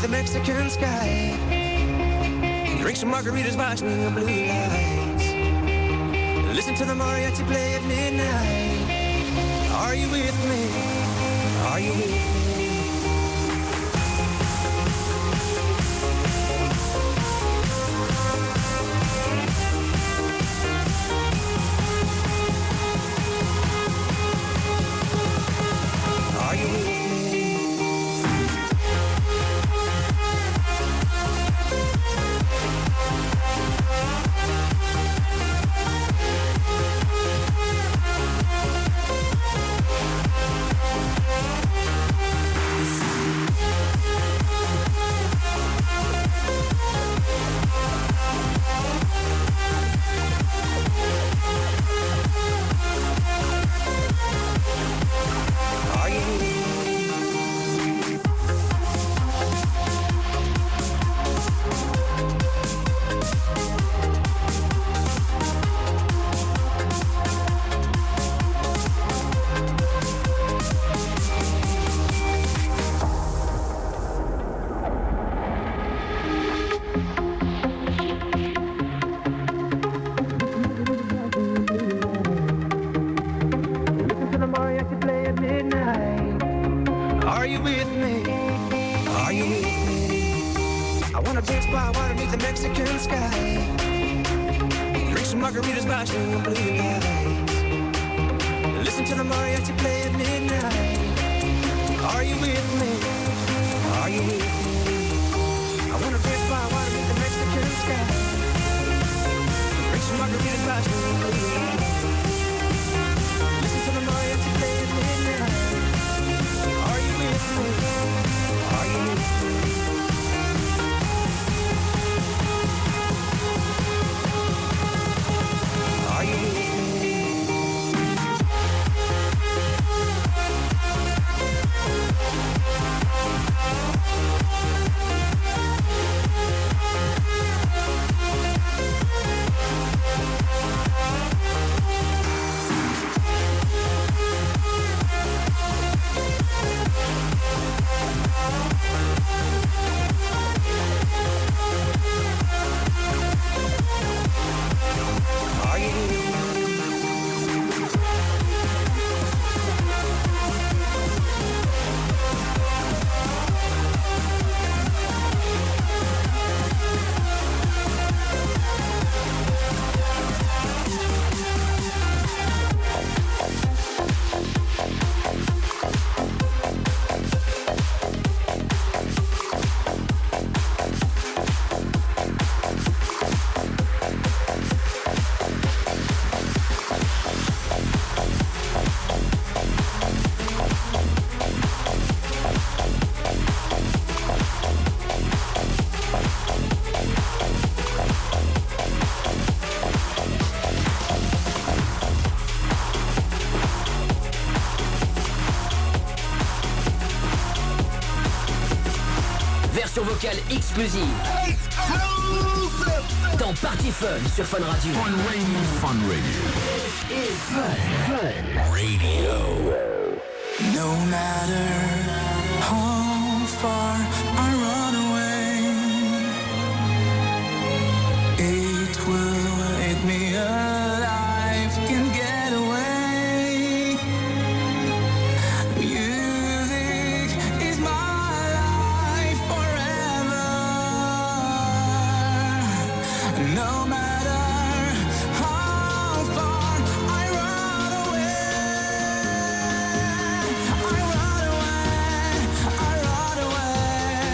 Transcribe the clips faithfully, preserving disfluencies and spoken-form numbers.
the Mexican sky. Drink some margaritas watching the blue lights. Listen to the mariachi play at midnight. Are you with me? Are you with me? Are you with me? Vocale exclusive dans Party Fun sur Fun Radio. Fun Radio. Fun Radio. Fun Radio. No matter how far I run away, it will hit me alive, can get away. Music is my life forever. No matter how far I run away, I run away, I run away.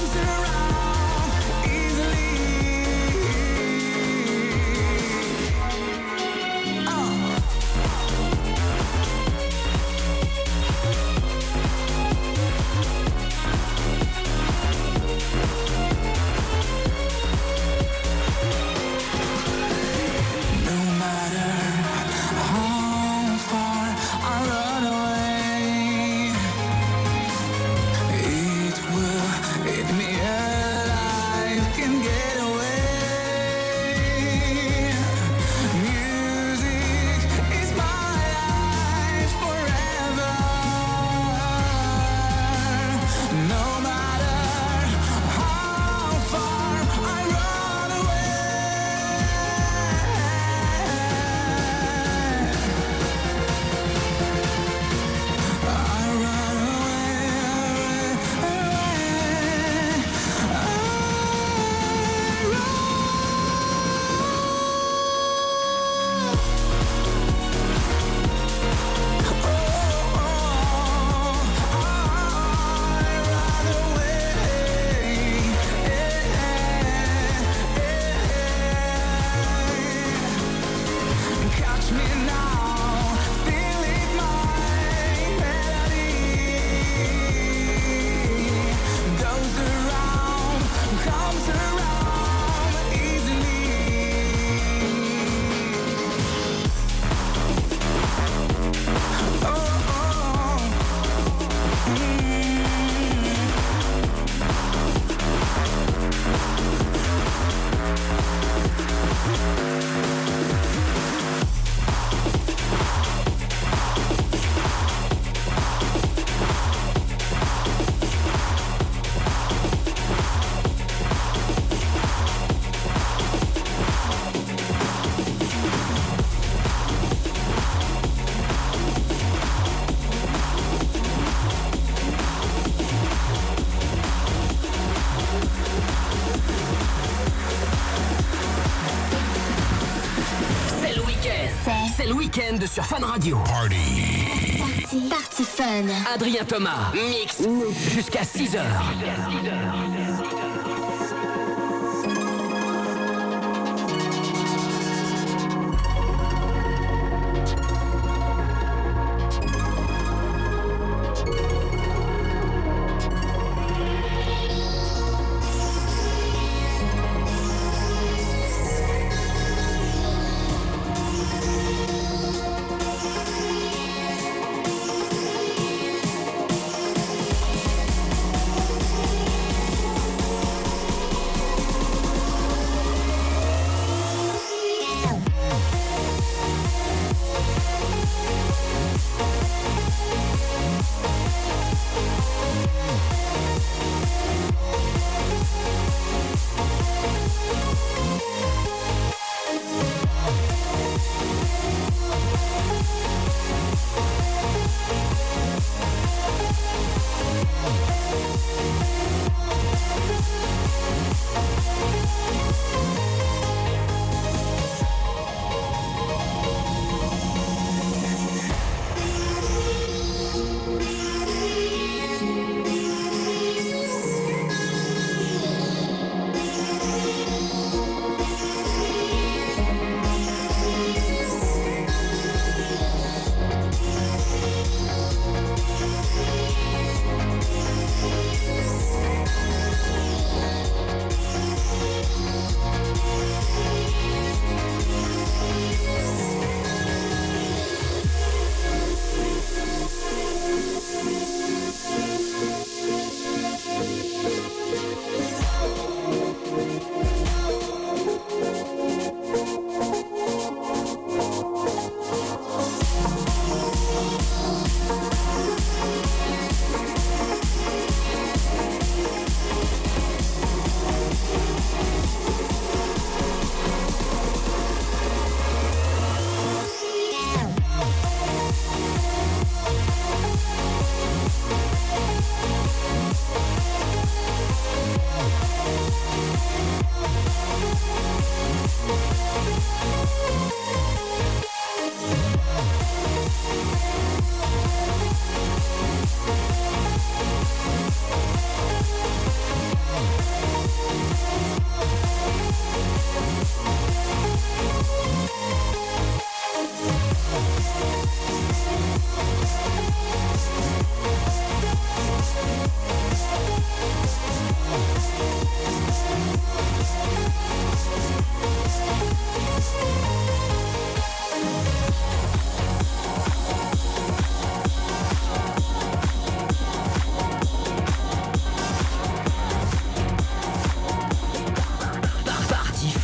Week-end sur Fun Radio. Party. Party. Party Fun. Adrien Thomas, mix jusqu'à six heures.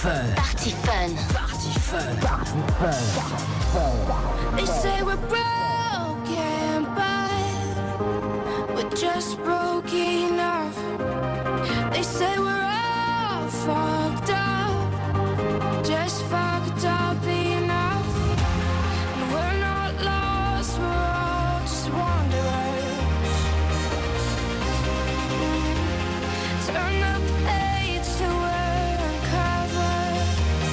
Fun. Party Fun. Party Fun. Party Fun. They say we're broken, but we're just broke enough. They say we're all fucked up, just fucked up enough. And we're not lost, we're all just wanderers. Turn the page till we're uncovered.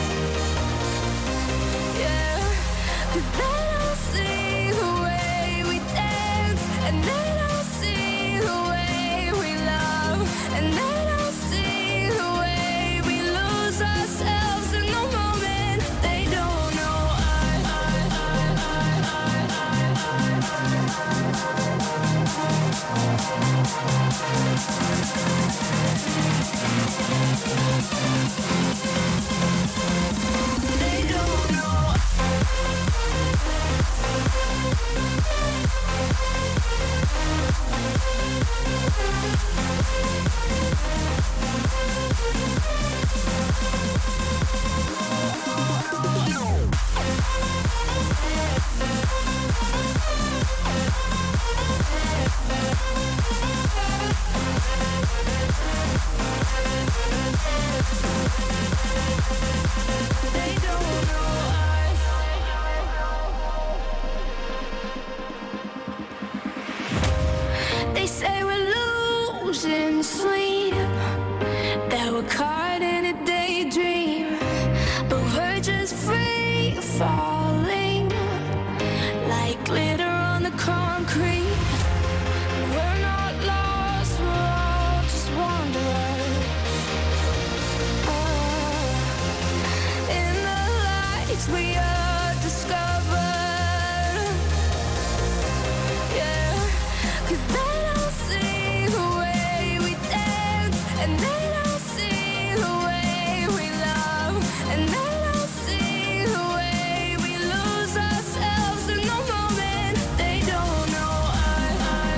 Yeah, 'cause they don't see the way we dance, and they don't see the way we love, and they don't see the way we lose ourselves in the moment. They don't know us. They don't know. They don't know us. They say we're losing sleep, that we're caught in a daydream, but we're just free falling, like glitter on the concrete. We're not lost, we're all just wanderers. Uh, in the lights we are discovered. Yeah, 'cause they don't see the way we dance, and they don't see the way we love, and they don't see the way we lose ourselves in the moment. They don't know us.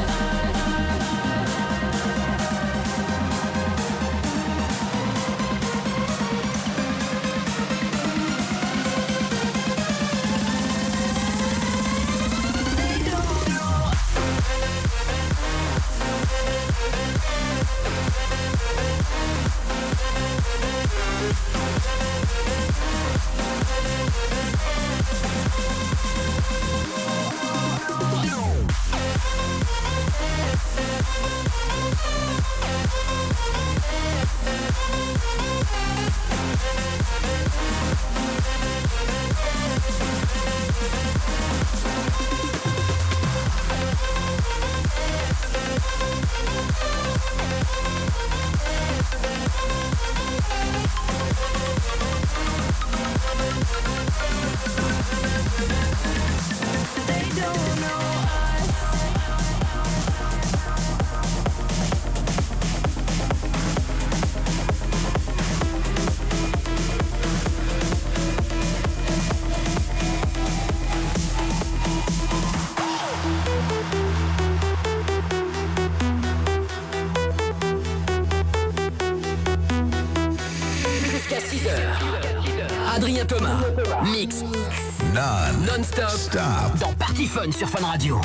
They don't know. They don't know us. Jusqu'à six heures. Adrien Thomas. Mix. Non. Non-stop. Stop. Dans Party Fun sur Fun Radio.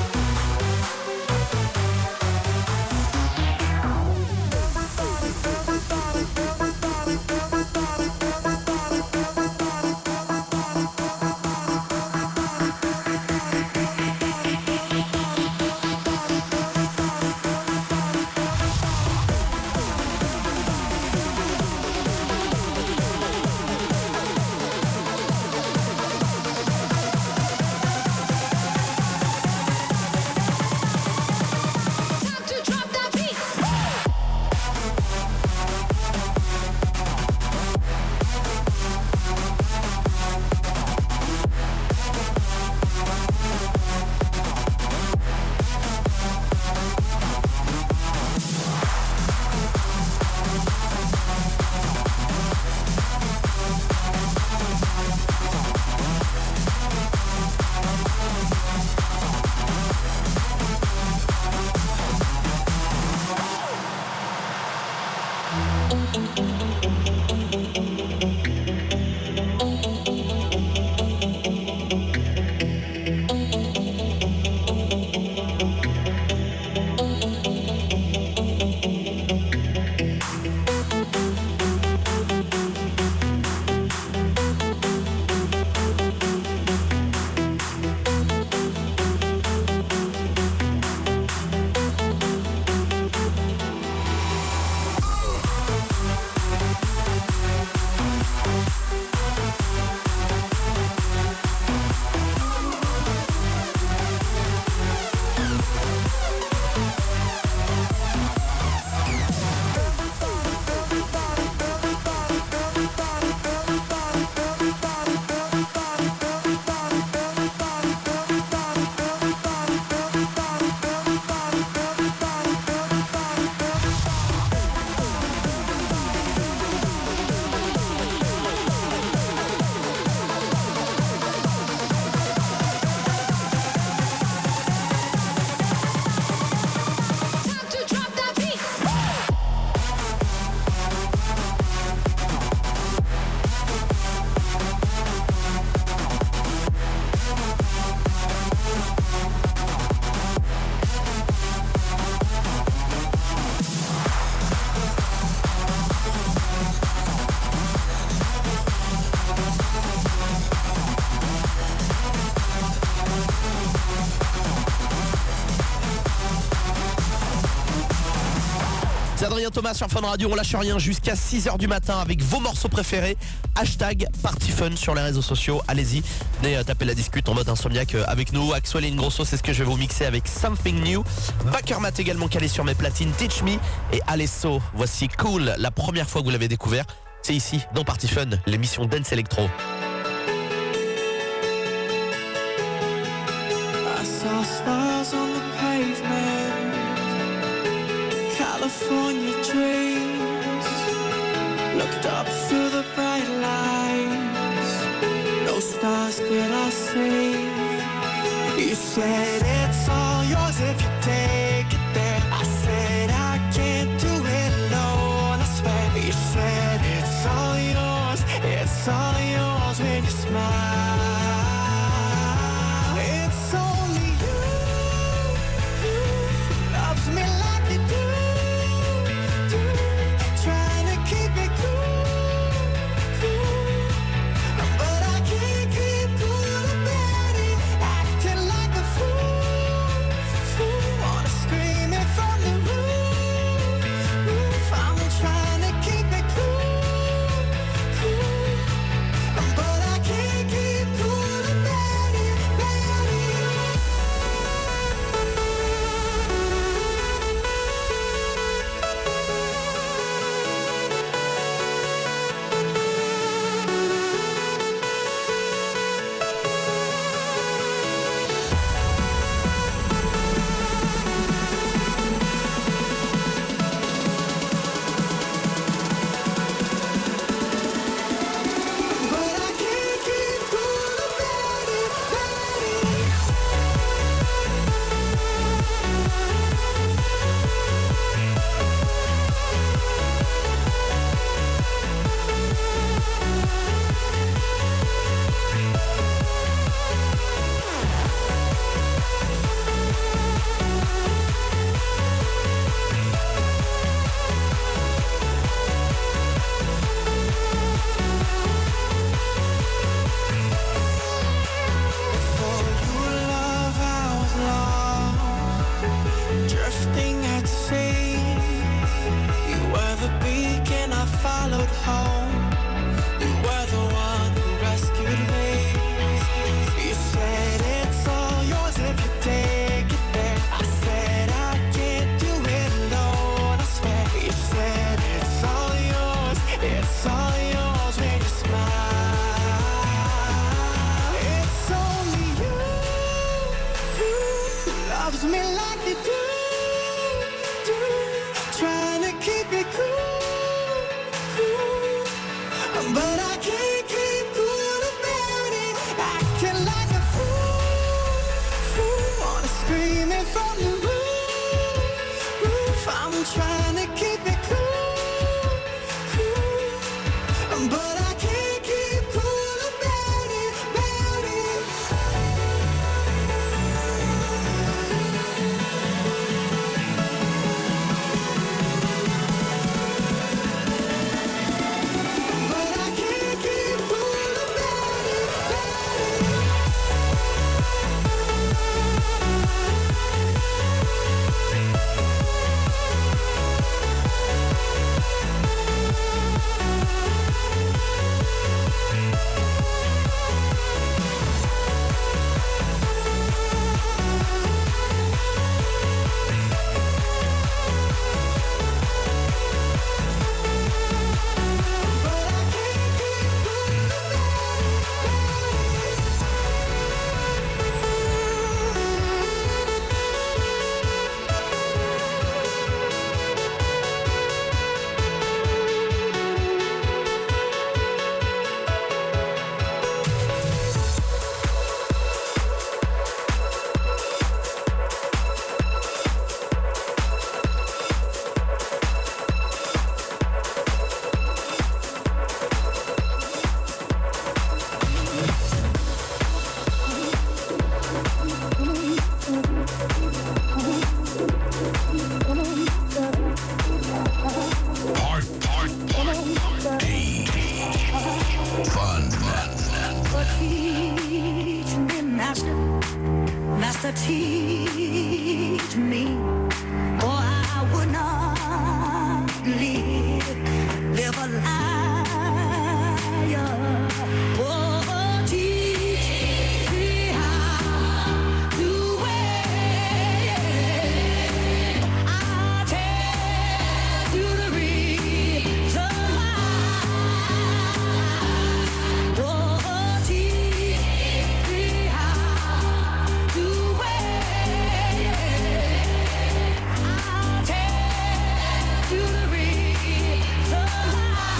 They Adrien Thomas sur Fun Radio, on lâche rien jusqu'à six heures du matin avec vos morceaux préférés. Hashtag PartyFun sur les réseaux sociaux. Allez-y, venez taper la discute en mode insomniaque avec nous. Axwell et Ingrosso, c'est ce que je vais vous mixer avec Something New. Backermat également calé sur mes platines. Teach Me et Alesso. Voici Cool, la première fois que vous l'avez découvert. C'est ici, dans PartyFun, l'émission Dance Electro. I saw stars on the pavement, California dreams. Looked up through the bright lights, no stars did I see. You said it's all yours if you take it there. I said I can't do it alone, I swear. You said it's all yours, it's all yours when you smile. It's only you who loves me like you do, do. Trying to keep it cool, cool. But I can't keep cool about it. Acting like a fool, fool. Wanna scream it from the roof, roof. I'm trying to keep it cool, cool. But I can't keep cool about it, about it. But I can't keep cool about it, about it. For your love I was lost, drifting at sea. You were the beacon I followed home. You were the one who rescued me. You said it's all yours if you take it there. I said I can't do it alone, I swear. You said it's all yours, it's all yours when you smile. It's only you who loves me like you do, do. Trying to keep it cool, cool. But I can't keep cool about it. Acting like a fool, fool. Wanna scream it from the roof, roof. I'm trying to keep it cool, cool. But I can't keep cool about it, about it. But I can't keep cool about it, about it. Master, teach me, or I would not live, live a liar. Oh, teach me how to wait. I'll tell you the reason why. Oh, teach me how to wait. I'll tell you the reason why.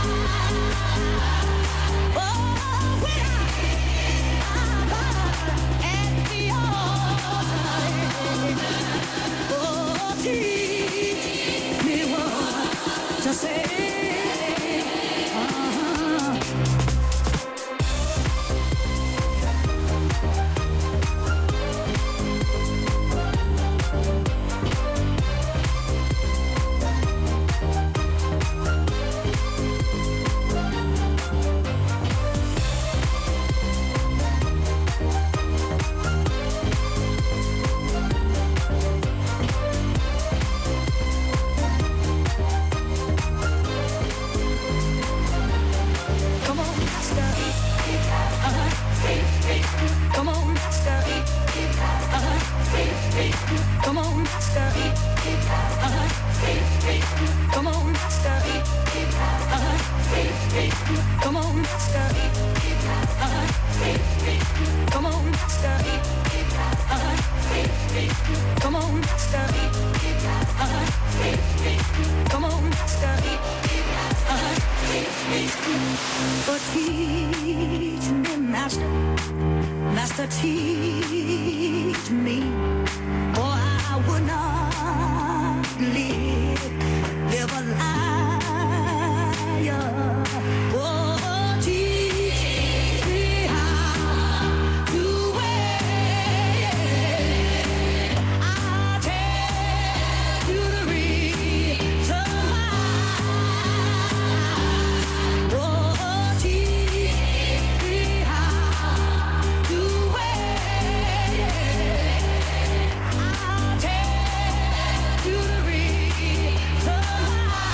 Oh, when I at the altar, oh, teach me what to say. Uh-huh. Come on, master. Uh-huh. Come on, master. Uh-huh. Come on, master. Uh-huh. Come on, master. Uh-huh. Come on, master. Uh-huh. Come on, master. Uh-huh. Come on, master. Uh-huh. Come on, master. Uh-huh. But teach me, master, master, teach me, or I would not live, live a liar. Oh, teach me how to wait. I'll tell you the reason why. Oh, teach me how to wait. I'll tell you the reason why.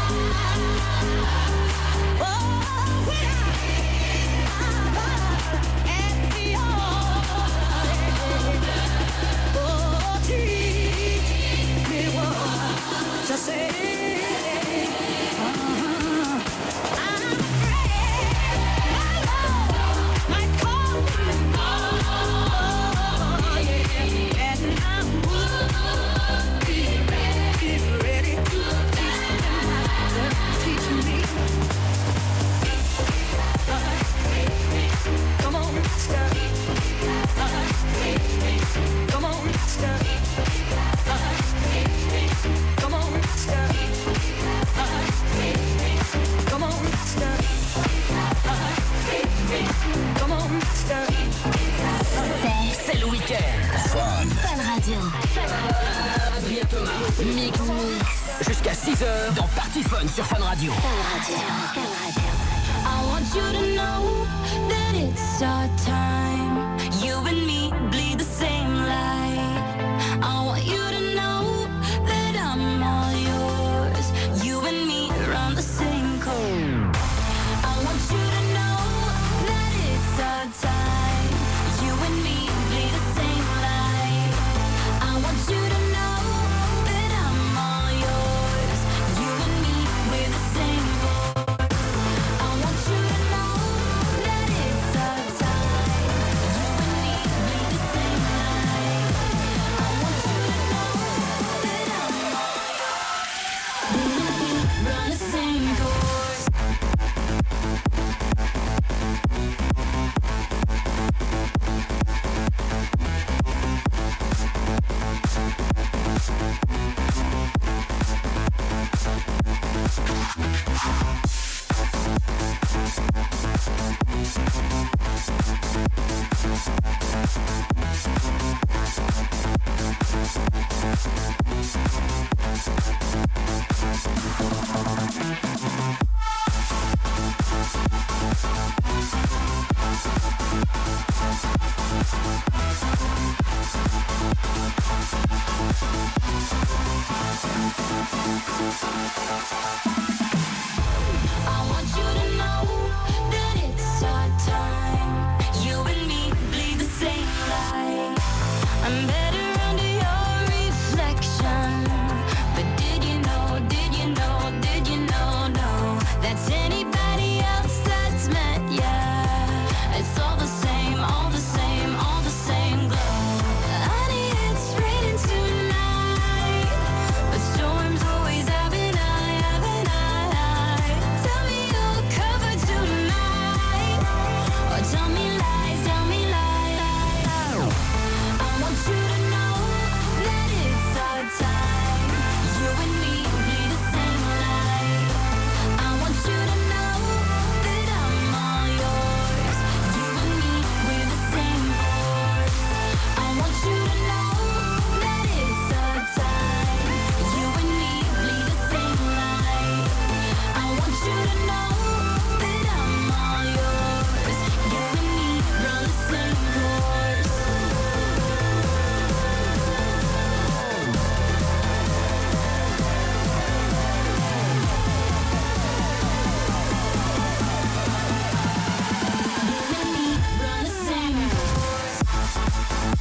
Oh, when I'm at the altar, oh, teach me what to say. Uh-huh. I'm afraid my love might call me. Oh, yeah. And I would be ready, ready to teach me, master, teach me. Uh-huh. Come on, master. Uh-huh. Come on, master. Uh-huh. Come on, master. Uh-huh. Come on, master. Uh-huh. Come on, master. C'est le week-end. Fun. Fun Radio. Adrien Thomas. Mix. Jusqu'à six heures dans Party Fun sur Fun Radio. I want you to know that it's our time. You and me bleed the same light. I want you to know that I'm all yours. You and me run the same code. I want you to know that it's our time. You and me bleed the same light. I want you to know that I'm all yours. You and me, we're the same voice. I want you to know that it's our time. You and me bleed the same light. I want you to know that I'm all yours. You and me run the same course. I want you to know that it's our time. You and me bleed the same light. I'm better under your reflection. But did you know, did you know, did you know, no, that's anybody else that's met ya. It's all the same, all the same, all the same glow. Honey, it's raining tonight, but storms always happen, I happen, I. Tell me you'll cover tonight, or tell me lies, tell me lies. I want you to know that it's our time. You and me bleed the same light. I want you to know that I'm all yours. You and me, we're the same force. I want you to know that it's our time. You and me bleed the same light. I want you to know that I'm all yours. You and me run the same course. You and me run the same course.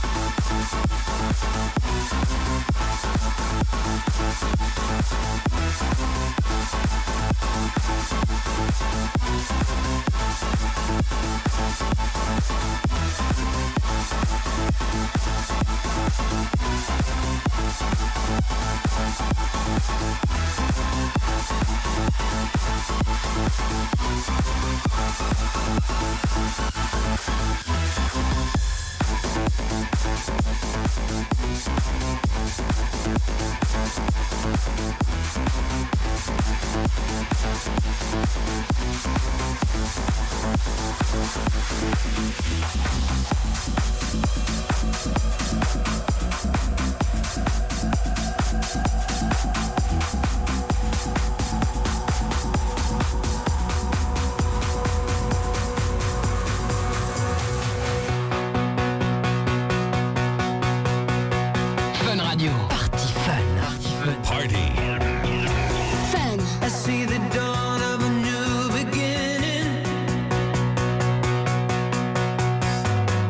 Fun Radio. Party Fun. Party. Fun. I see the dawn of a new beginning.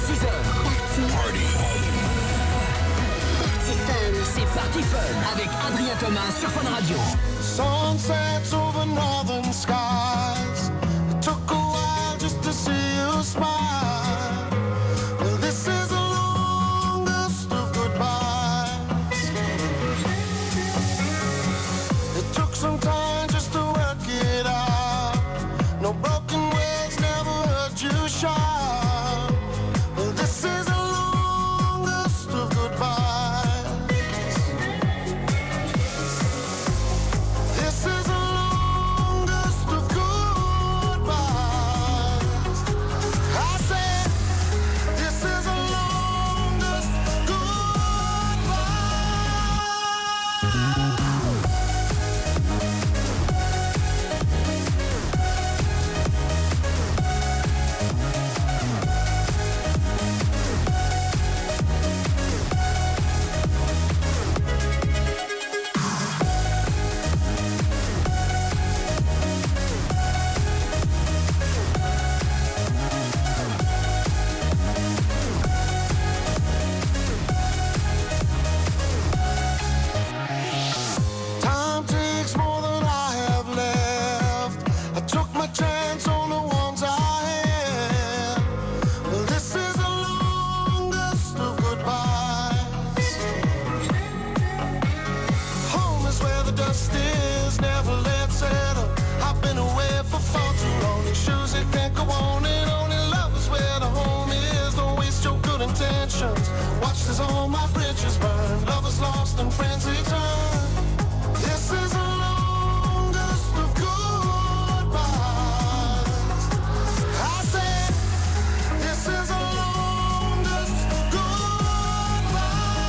six heures. Party. Party Fun. C'est Party Fun avec Adrien Thomas sur Fun Radio. Sunsets over northern skies. It took a while just to see you smile. Well, this is the longest of goodbyes. It took some time just to work it out. No broken words never hurt you sharp. Well, this is the longest of goodbyes. This is the longest of goodbyes. I said, this is the longest goodbye. Time takes more than I have left. I took my chance on the ones I had. Well, this is the longest of goodbyes. Home is where the dust is, never let settle. I've been away for far too long. These shoes, it can't go on and on. And love is where the home is. Don't waste your good intentions. Watch as all my bridges burn. Love is lost and friends return. This is the longest of goodbyes. I said, this is the longest goodbye.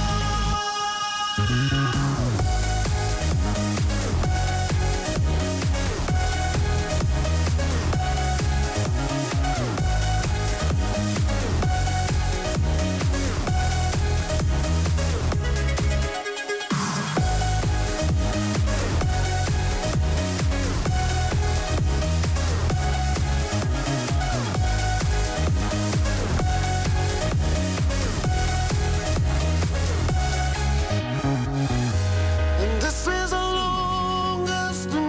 And this is the longest and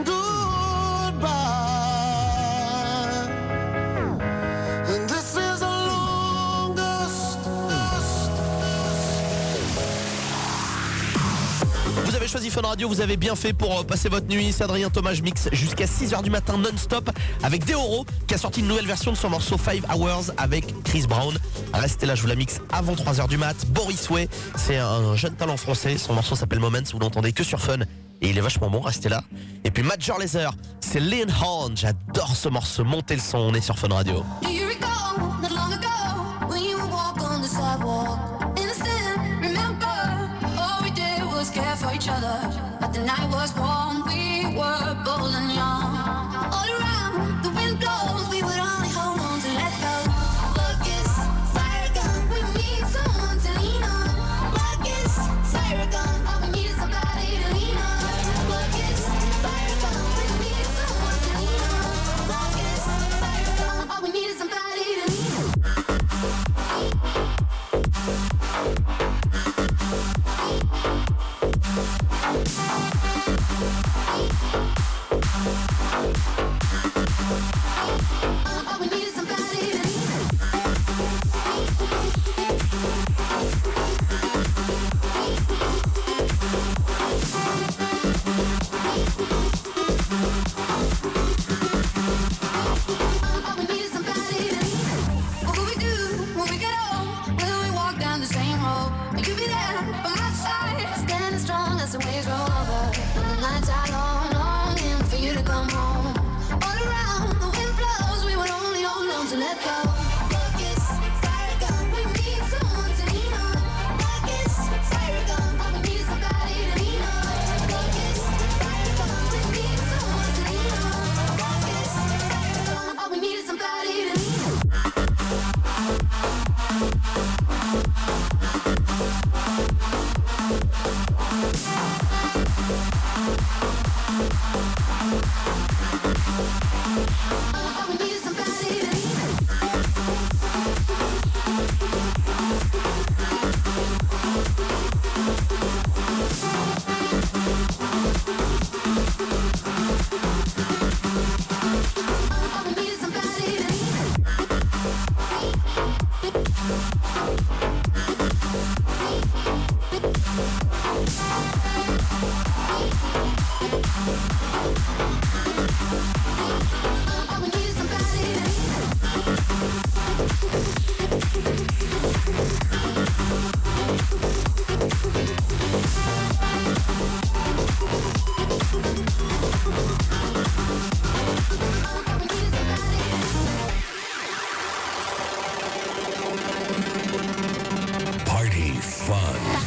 goodbye. And this is the longest. Vous avez choisi Fun Radio, vous avez bien fait pour euh, passer votre nuit. C'est Adrien Thomas, je mixe jusqu'à six heures du matin non-stop avec Deoro qui a sorti une nouvelle version de son morceau five hours avec Chris Brown. Restez là, je vous la mixe avant trois heures du mat. Boris Way, c'est un jeune talent français. Son morceau s'appelle Moments, vous l'entendez que sur Fun. Et il est vachement bon, restez là. Et puis Major Lazer, c'est Leon Horn. J'adore ce morceau, montez le son, on est sur Fun Radio. Do you recall not long ago when you would walk on the sidewalk? Innocent, remember, all we did was care for each other. But the night was warm, we were bold and young. All around, the wind blows, we would only hold on to let go. Focus, fire gun, we need someone to lean on. Focus, fire gun, all we need is somebody to lean on. Focus, fire gun, we need someone to lean on. Focus, fire gun, all we need is somebody to lean on. All we need is somebody to lean All we need is somebody to lean on. What will we do when we get old? Will we walk down the same road? Will you be there by my side, standing strong as the waves roll over? When the nights are long, longing for you to come home. All around, the wind blows, we would only hold on to let go. Focus, fire gun, we need someone to lean on. Focus, fire gun, all we need is somebody to lean on. Focus, fire gun, we need someone to lean on. Focus, fire gun, all we need is somebody to lean on. All we need is somebody to lean on.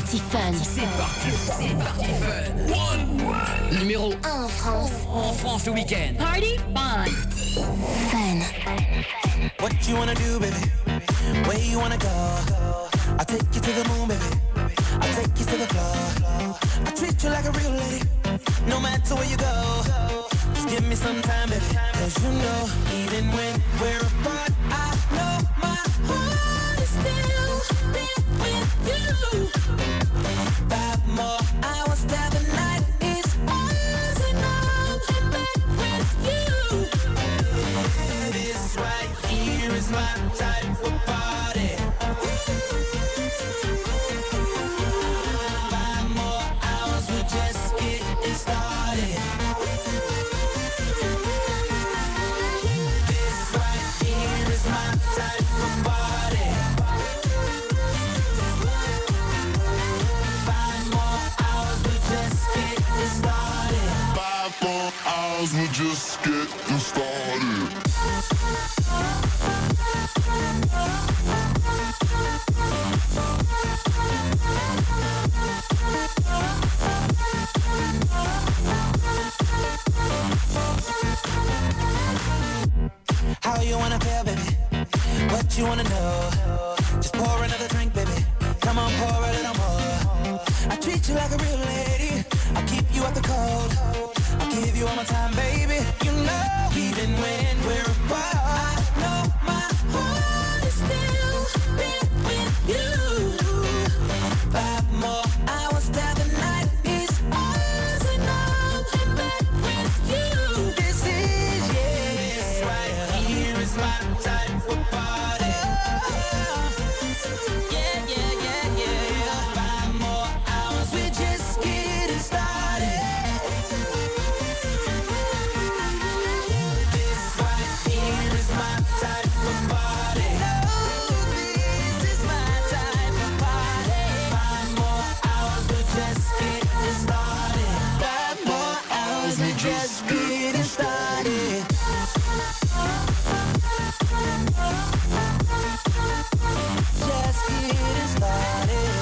Party Fun. C'est parti, c'est parti fun. One. Numéro un en France. En France le week-end. Party Fun. Fun. What you wanna do, baby? Where you wanna go? I'll take you to the moon, baby. I'll take you to the floor. I treat you like a real lady, no matter where you go. Just give me some time, baby. Cause you know, even when we're apart, I know my heart is still there with you. Five more hours till the night is ours, and I'll be back with you. This right here is my type of party. Five more hours, we're just getting started. This right here is my type of party. Five more hours, we're just getting started. Five more hours, we're just getting started. How you wanna feel, baby? What you wanna know? Just pour another drink, baby. Come on, pour a little more. I treat you like a real lady. I'll keep you out the cold. I'll give you all my time, baby. You know, even when we're apart, I know my heart is still there with you. Five more hours till the night is ours, and I'll be back with you. This is, yeah, this right here is my type of party. Yeah, yeah, yeah, yeah. Five more hours, we're just getting started. This right here is my type of party. Oh, this is my type of party. Five more hours, we're just getting started. Five more hours, we're just getting started. Just getting started.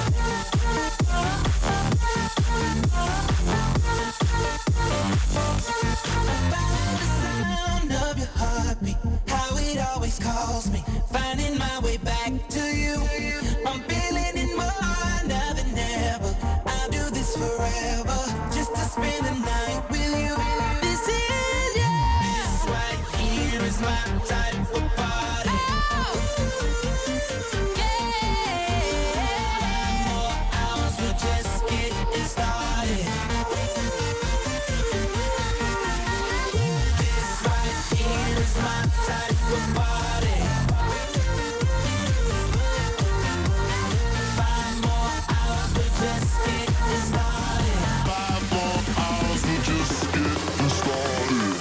About the sound of your heartbeat, how it always calls me, finding my way back to you. I'm feeling it more now than ever. I'll do this forever, just to spend the night with you. This is, yeah, this right here is my type of party. Five more hours, we're just getting started. This right here is my type of party. Five more hours, we're just getting started. Five more hours, we're just getting started.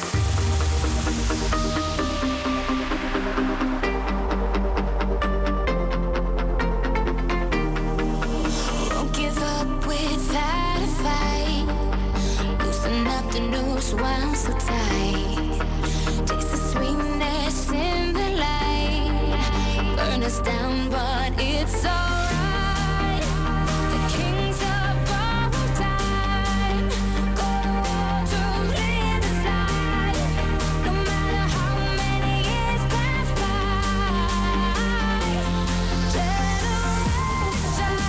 Won't give up without a fight. Loosen up the noose while so tight. Taste the sweetness in the light. Burn us down, but it's alright. The kings of borrowed time. Go to live aside. No matter how many years pass by. Generation,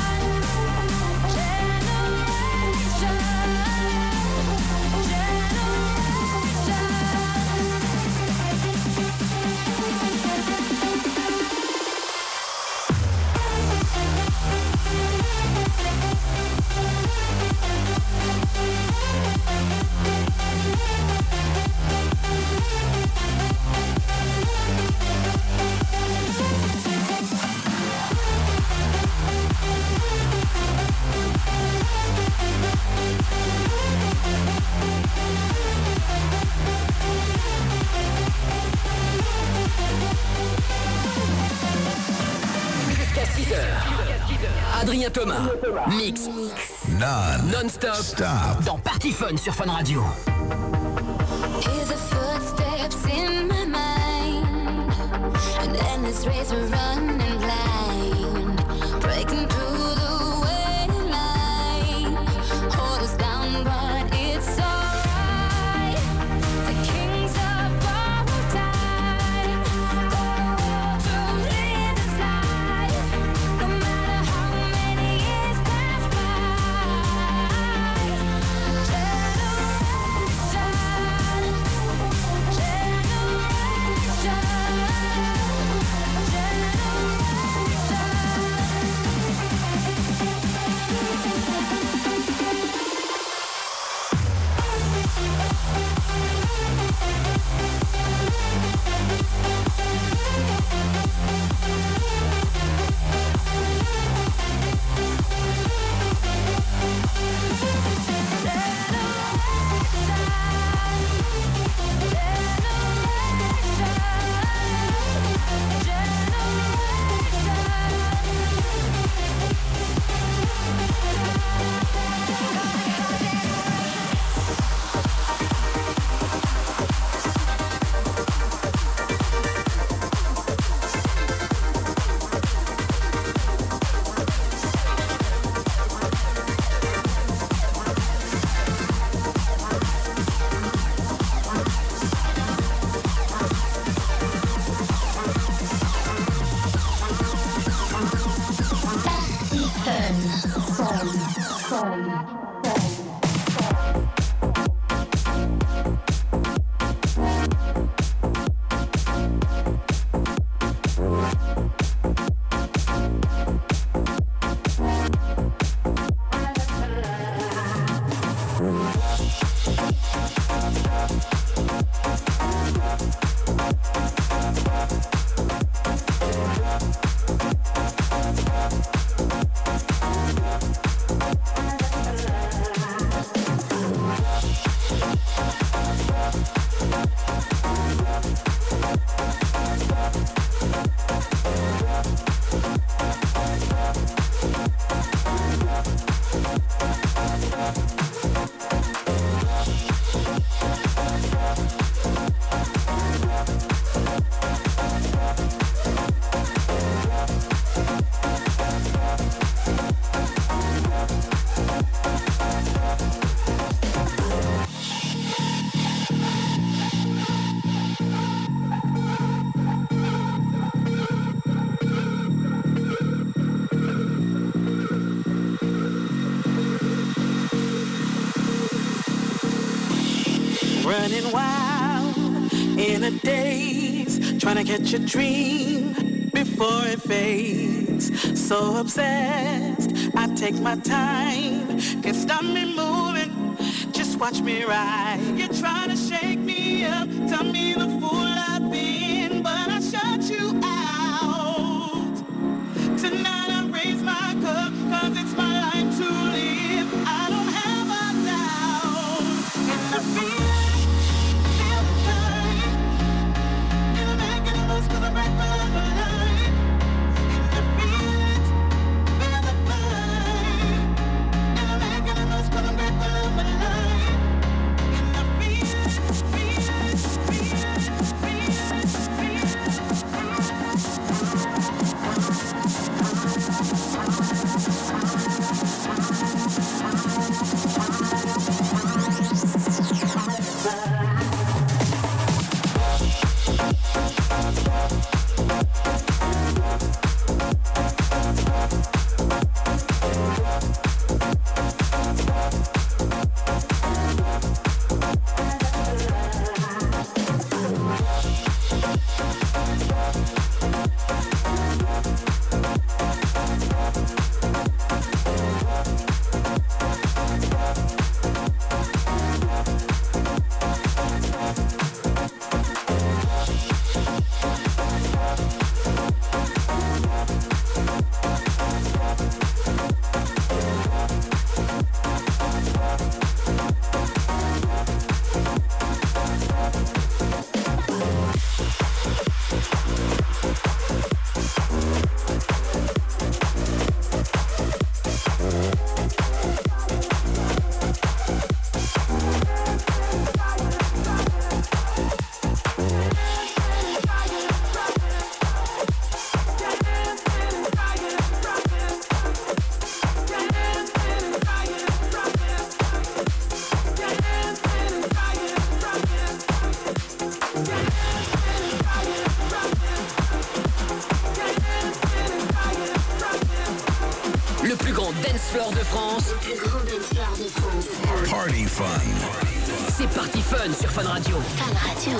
Jusqu'à six heures. Adrien Thomas. Mix. Non. Non-stop. Stop. Dans Party Fun sur Fun Radio. hear the footsteps in my mind. An endless race, we're running blind. Breaking through the waves. Running wild in a daze, trying to catch a dream before it fades. So obsessed, I take my time, can't stop me moving, just watch me ride. You're trying to shake me up, tell me the fool I've been, but I shut you out. Tonight I raise my cup, cause it's my life to live. I don't have a doubt, and I feel cause I'm right by my life, and I feel it, feel the vibe, and I'm making the most cause I'm right by my life, and I feel it, feel it, feel it, Fleur de France. Party Fun. C'est Party Fun sur Fun Radio. Fun Radio.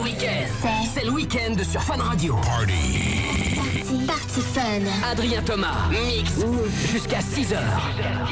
week-end. C'est- C'est le week-end sur Fun Radio. Party, Party Fun. Adrien Thomas, mix jusqu'à six heures.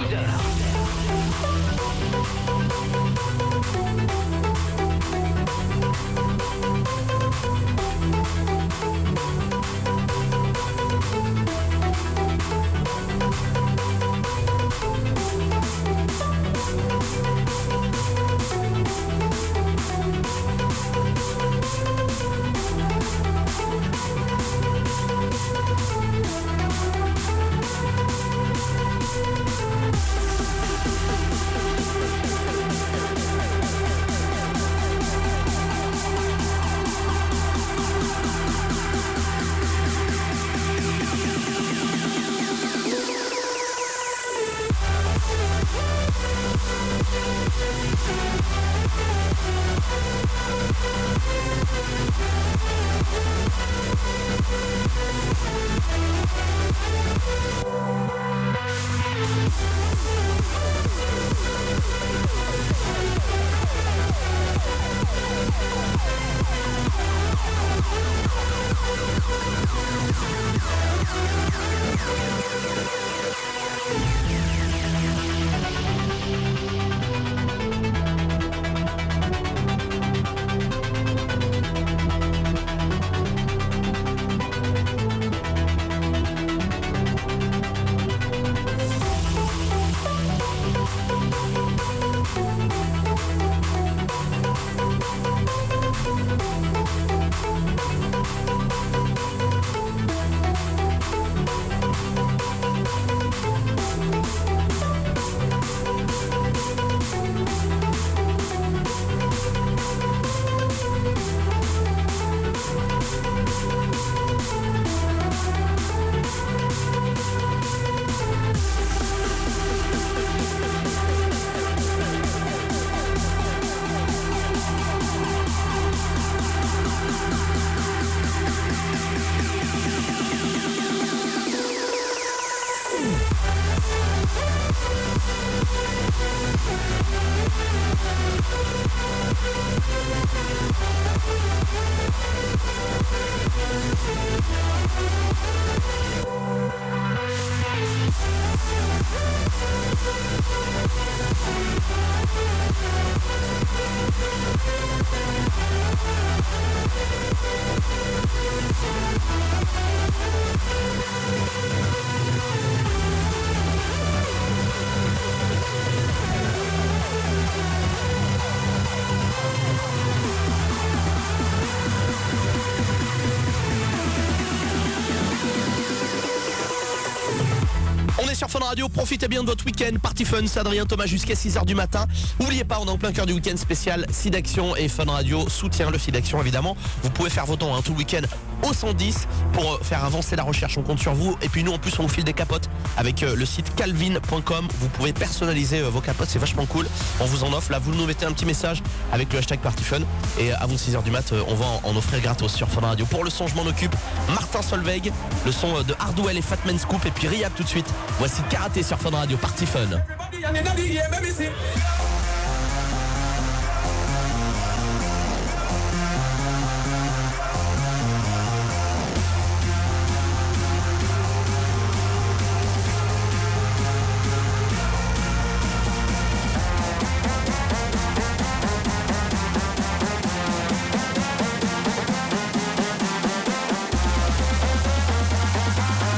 Sur Fun Radio, profitez bien de votre week-end. Party Fun, c'est Adrien Thomas jusqu'à six heures du matin. N'oubliez pas, on est en plein cœur du week-end spécial SIDAction et Fun Radio soutient le SIDAction évidemment. Vous pouvez faire vos dons hein, tout le week-end au cent dix pour faire avancer la recherche. On compte sur vous. Et puis nous en plus on vous file des capotes avec euh, le site calvin point com. Vous pouvez personnaliser euh, vos capotes, c'est vachement cool. On vous en offre. Là vous nous mettez un petit message avec le hashtag Party Fun. Et avant six heures du mat, euh, on va en, en offrir gratos sur Fun Radio. Pour le son, je m'en occupe. Martin Solveig, le son euh, de Hardwell et Fatman Scoop. Et puis Riyad tout de suite. Voici Karaté sur Fun Radio, Party Fun.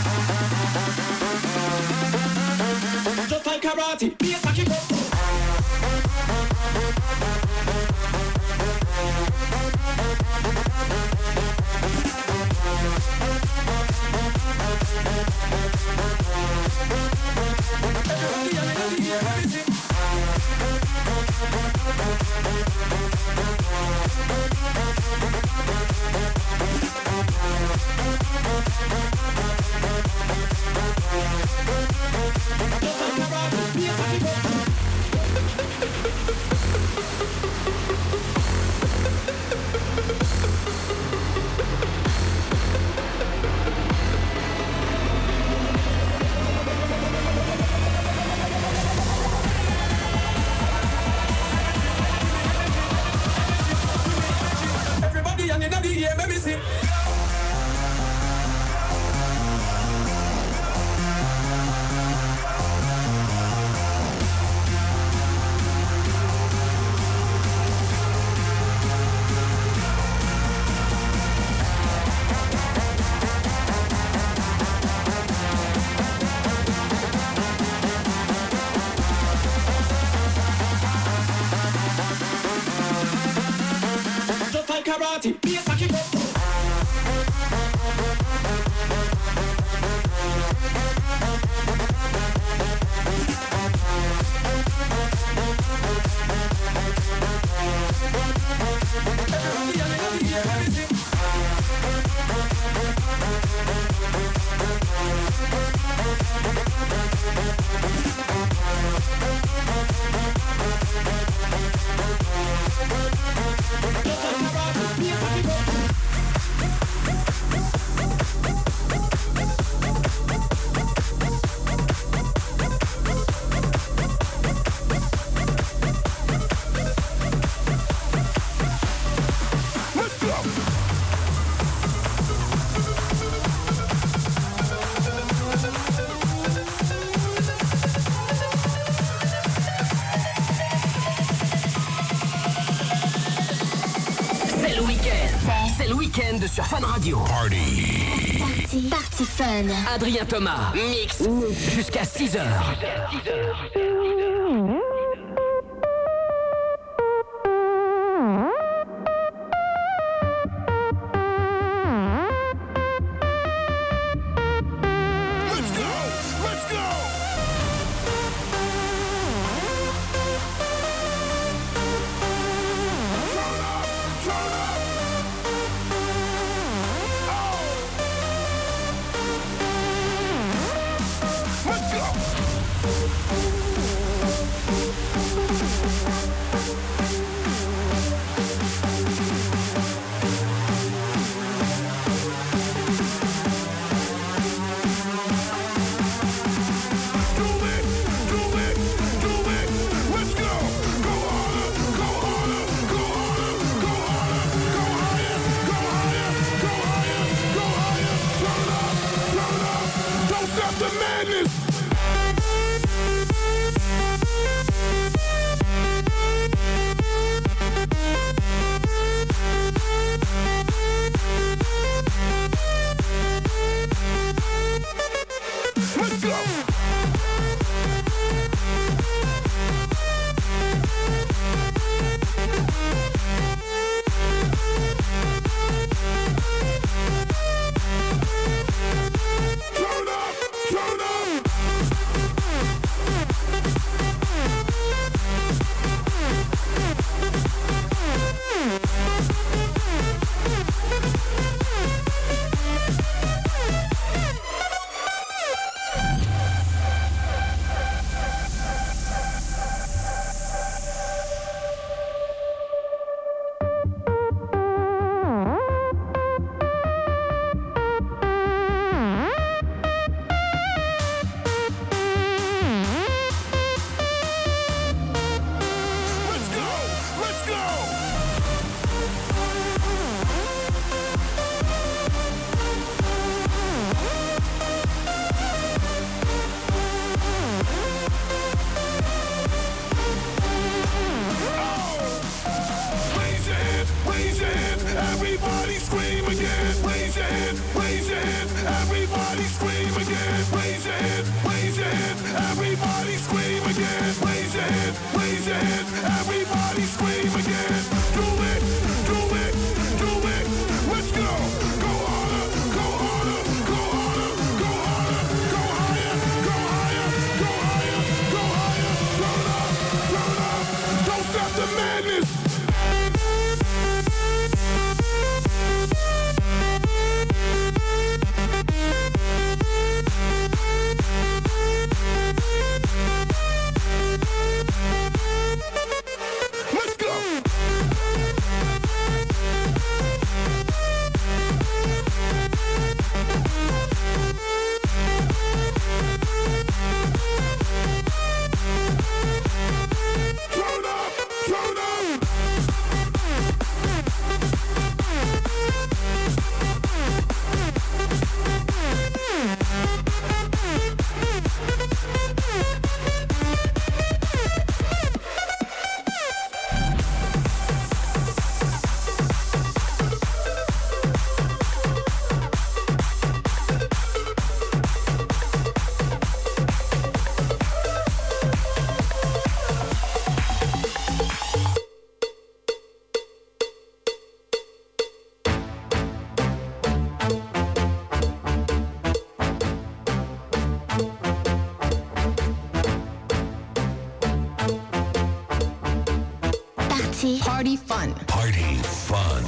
Karate, be a saki go. yeah, let me see. Just like karate, be a saki pop. C'est le week-end. C'est le week-end sur Fun Radio. Party. Party, party fun. Adrien Thomas, mix jusqu'à six heures. Let's go. Let's go. Turn up. Turn up. Oh. Let's go. party fun. Party fun.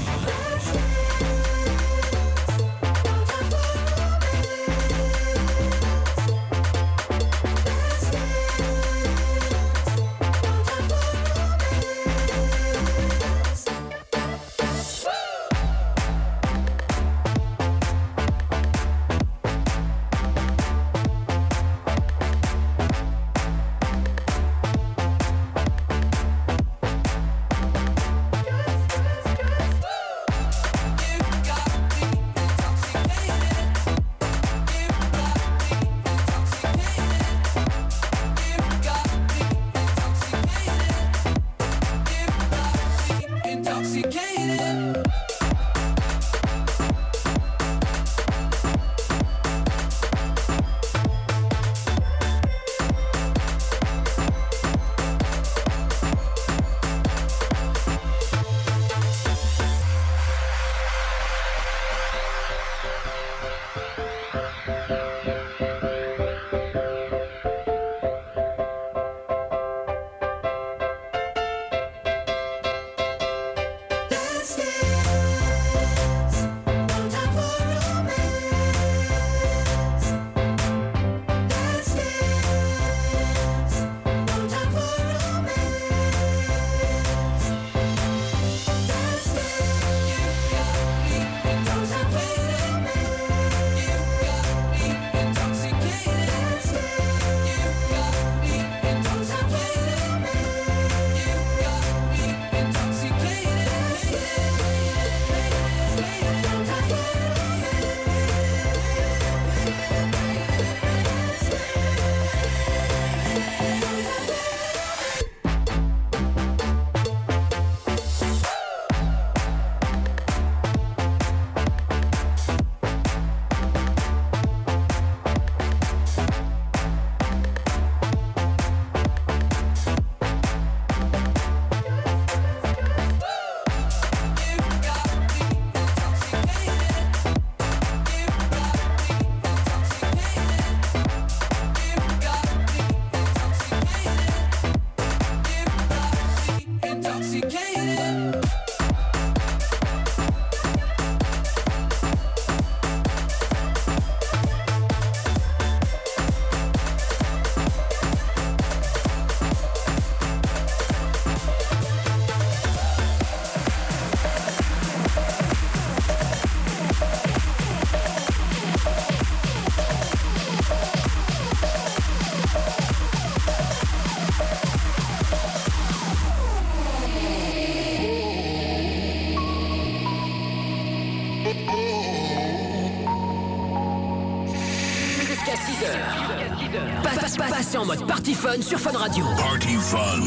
Passez en mode Party Fun sur Fun Radio. Party Fun.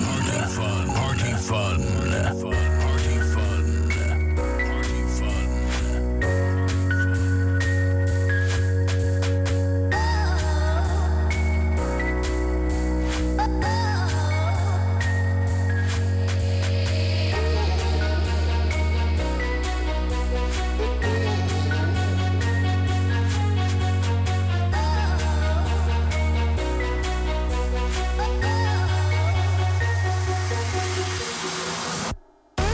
Party Fun. Party Fun. Oh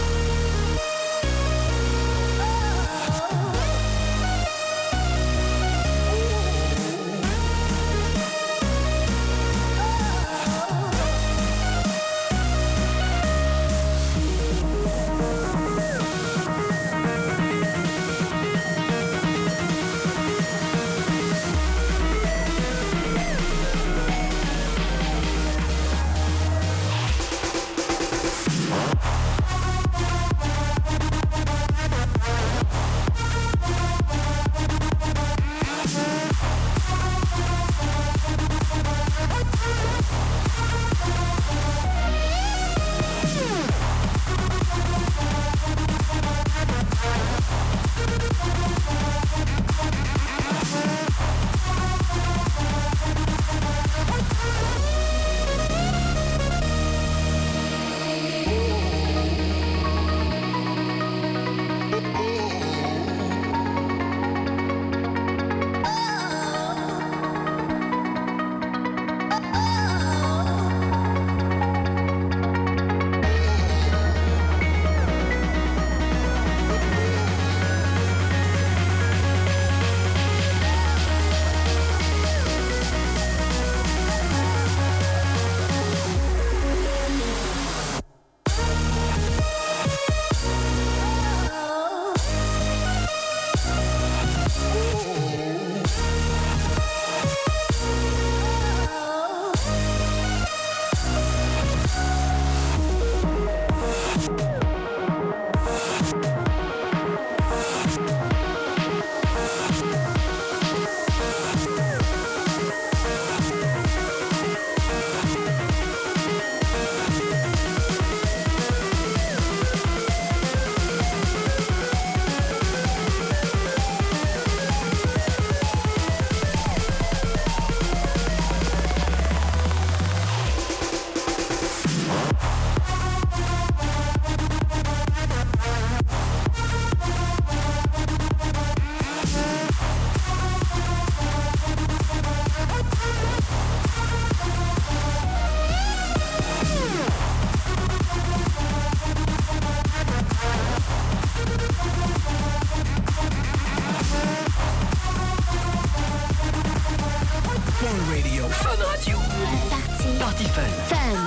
Party Fun. Fun.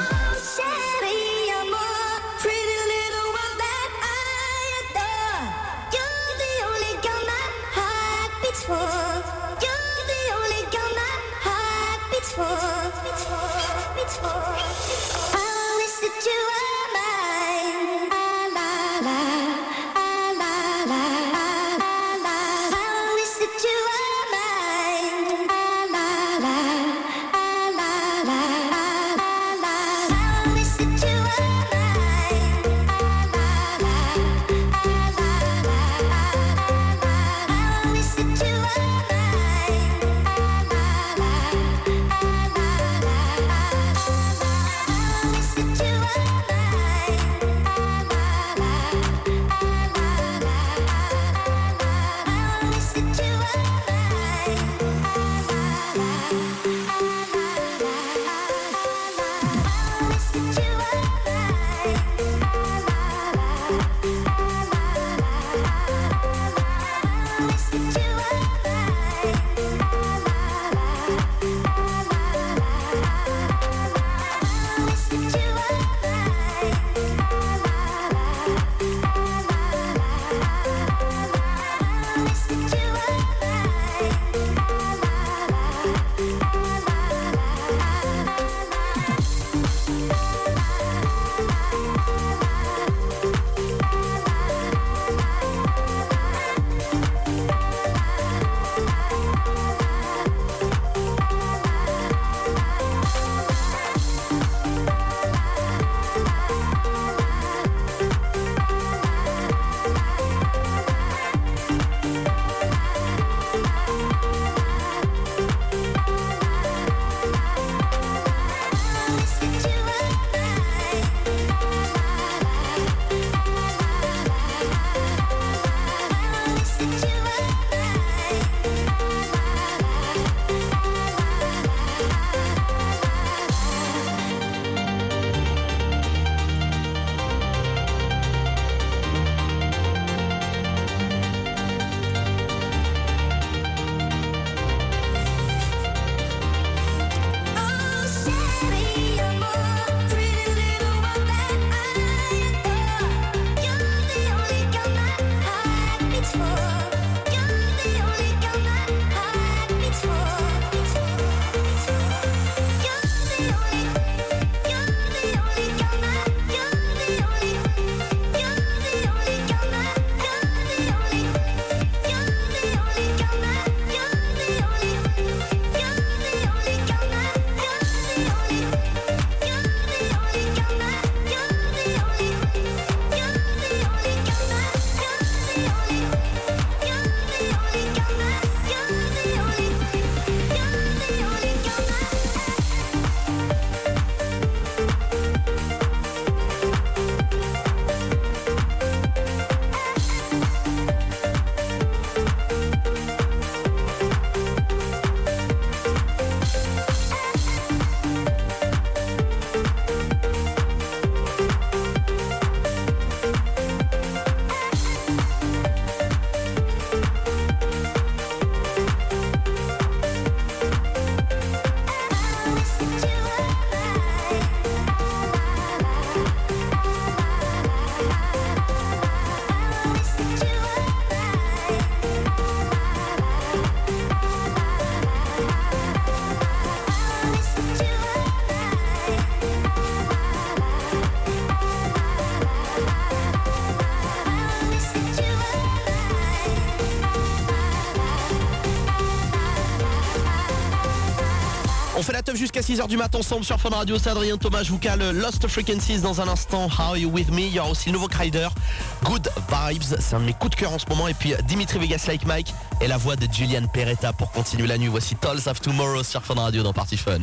On fait la teuf jusqu'à six heures du matin ensemble sur Fun Radio. C'est Adrien Thomas, je vous cale Lost Frequencies dans un instant. How Are You With Me. Il y aura aussi le nouveau Kryder, Good Vibes. C'est un de mes coups de cœur en ce moment. Et puis Dimitri Vegas Like Mike et la voix de Julian Peretta pour continuer la nuit. Voici Tolls of Tomorrow sur Fun Radio dans Party Fun.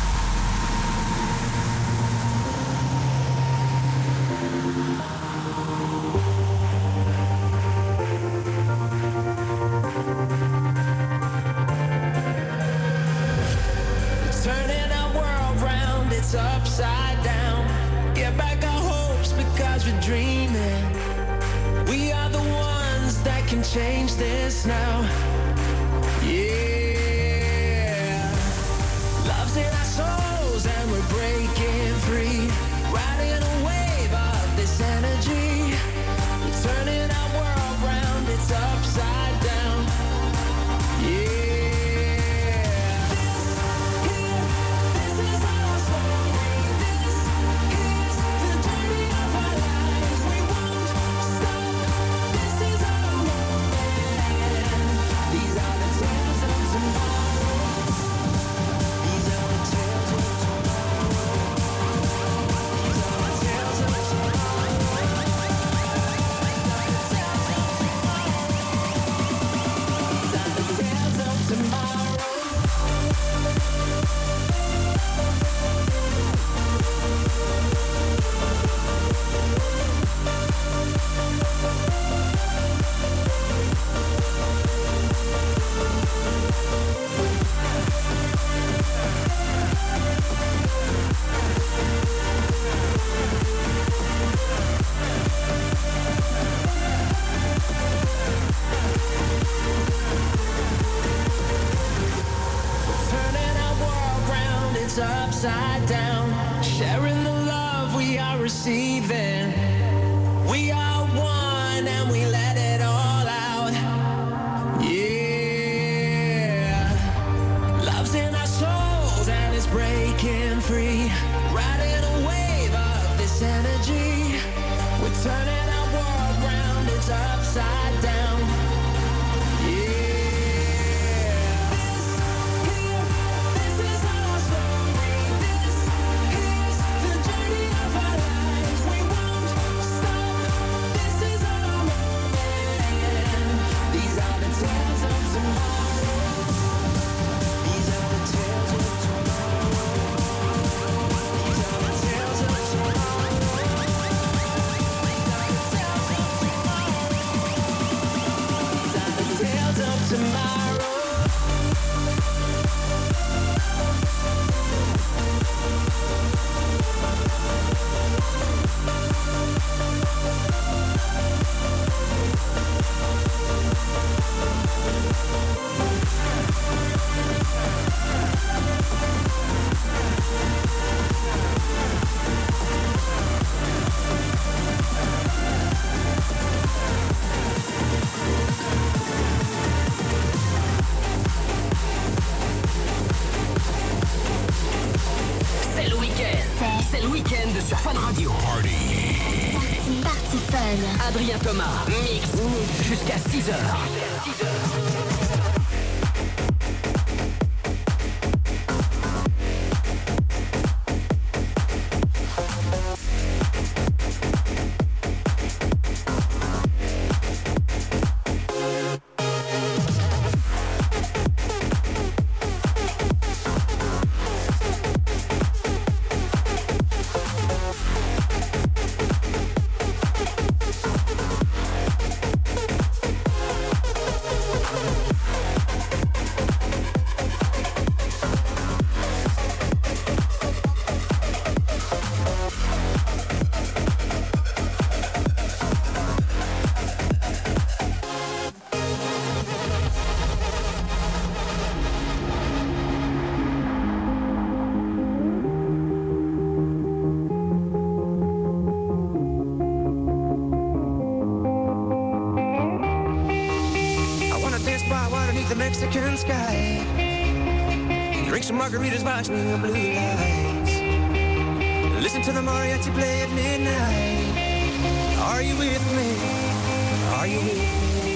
Upside down, get back our hopes because we're dreaming. We are the ones that can change this now. Yeah, love's in our souls and we're breaking. upside down, sharing the love we are receiving. We are one and we let it all out. Yeah, love's in our souls and it's breaking free. Riding a wave of this energy. We're turning our world round, it's upside down. Yeah. Sur Fun Radio. Party. Party Fun. Adrien Thomas. Mix. Jusqu'à six heures. Mexican sky, drink some margaritas watching the blue lights, listen to the mariachi play at midnight. Are you with me? Are you with me?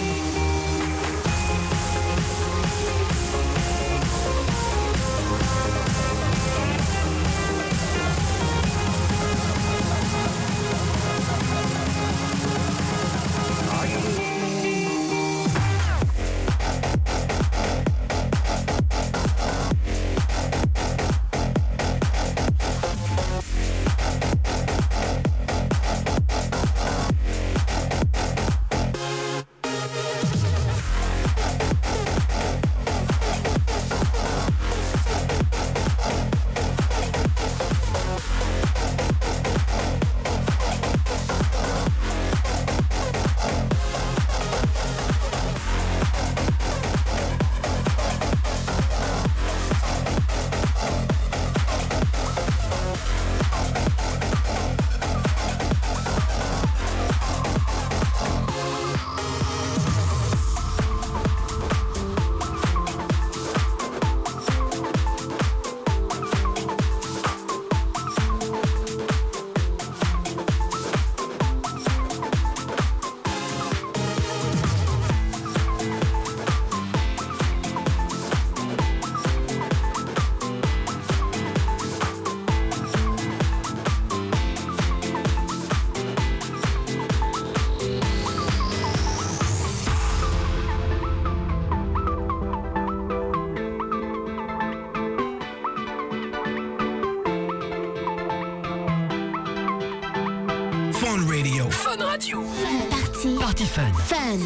Fun Radio. Fun Radio. Party. Party Fun. Fun.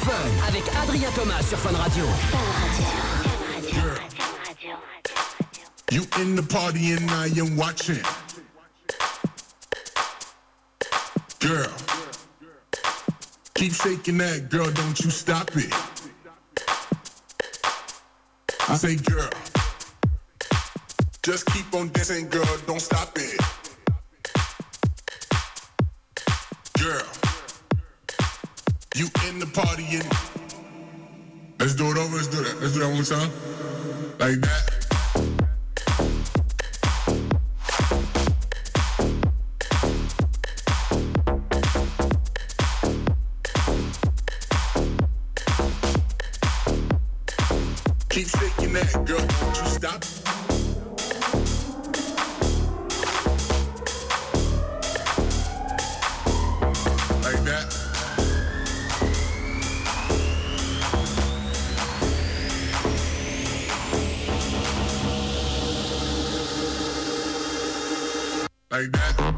Fun avec Adrien Thomas sur Fun Radio. You in the party and I am watching. Girl, keep shaking that, girl, don't you stop it. I say, girl, just keep on dancing, girl, don't stop it. Girl, you in the party and let's do it over, let's do that, let's do that one more time. Like that. Keep shaking that, girl, don't you stop. Like that. Like that.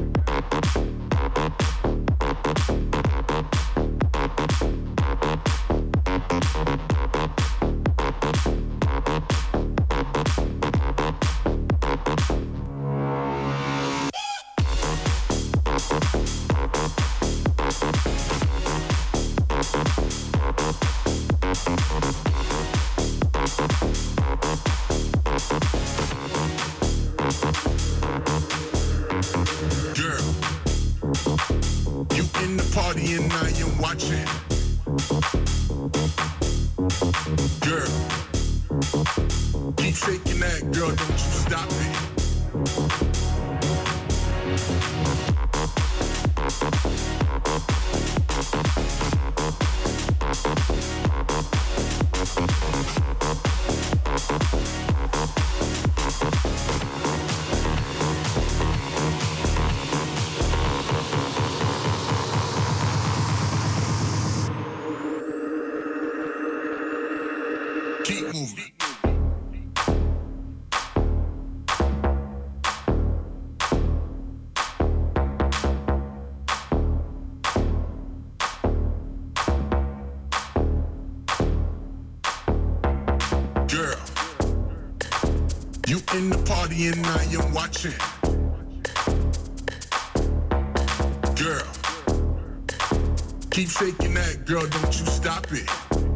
In the party and I am watching. Girl, keep shaking that, girl, don't you stop it.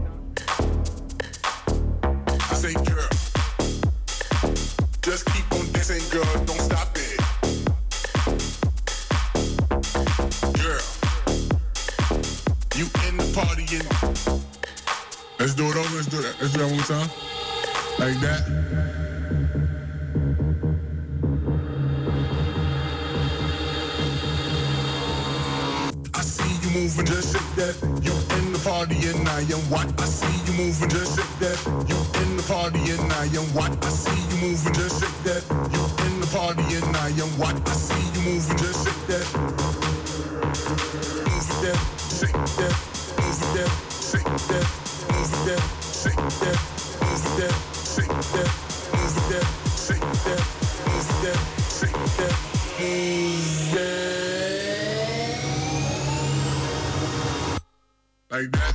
I say, girl, just keep on dancing, girl, don't stop it. Girl, you in the party and let's do it over, let's do that, let's do that one more time. Like that. Moving, just shake that. You in the party and I am what I see you moving, just shake that. You in the party and I am what I see you moving, just shake that. You in the party and I am what I see you moving, just shake that. Move it that, shake that, move it that, shake that, move it that, shake that, move it that, shake that, move it that, shake that, move it that, shake that, move it. Like that.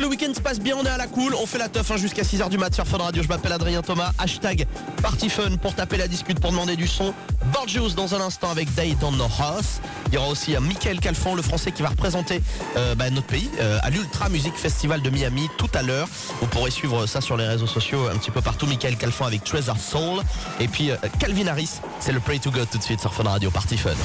le week-end se passe bien, on est à la cool, on fait la teuf hein, jusqu'à six heures du mat sur Fun Radio. Je m'appelle Adrien Thomas, hashtag Party Fun pour taper la discute, pour demander du son. Borgios dans un instant avec Day Don't Know Us. Il y aura aussi un Michael Calfon, le français qui va représenter euh, bah, notre pays euh, à l'Ultra Music Festival de Miami tout à l'heure. Vous pourrez suivre ça sur les réseaux sociaux un petit peu partout. Michael Calfon avec Treasure Soul. Et puis euh, Calvin Harris, c'est le Pray to God tout de suite sur Fun Radio. Party Fun.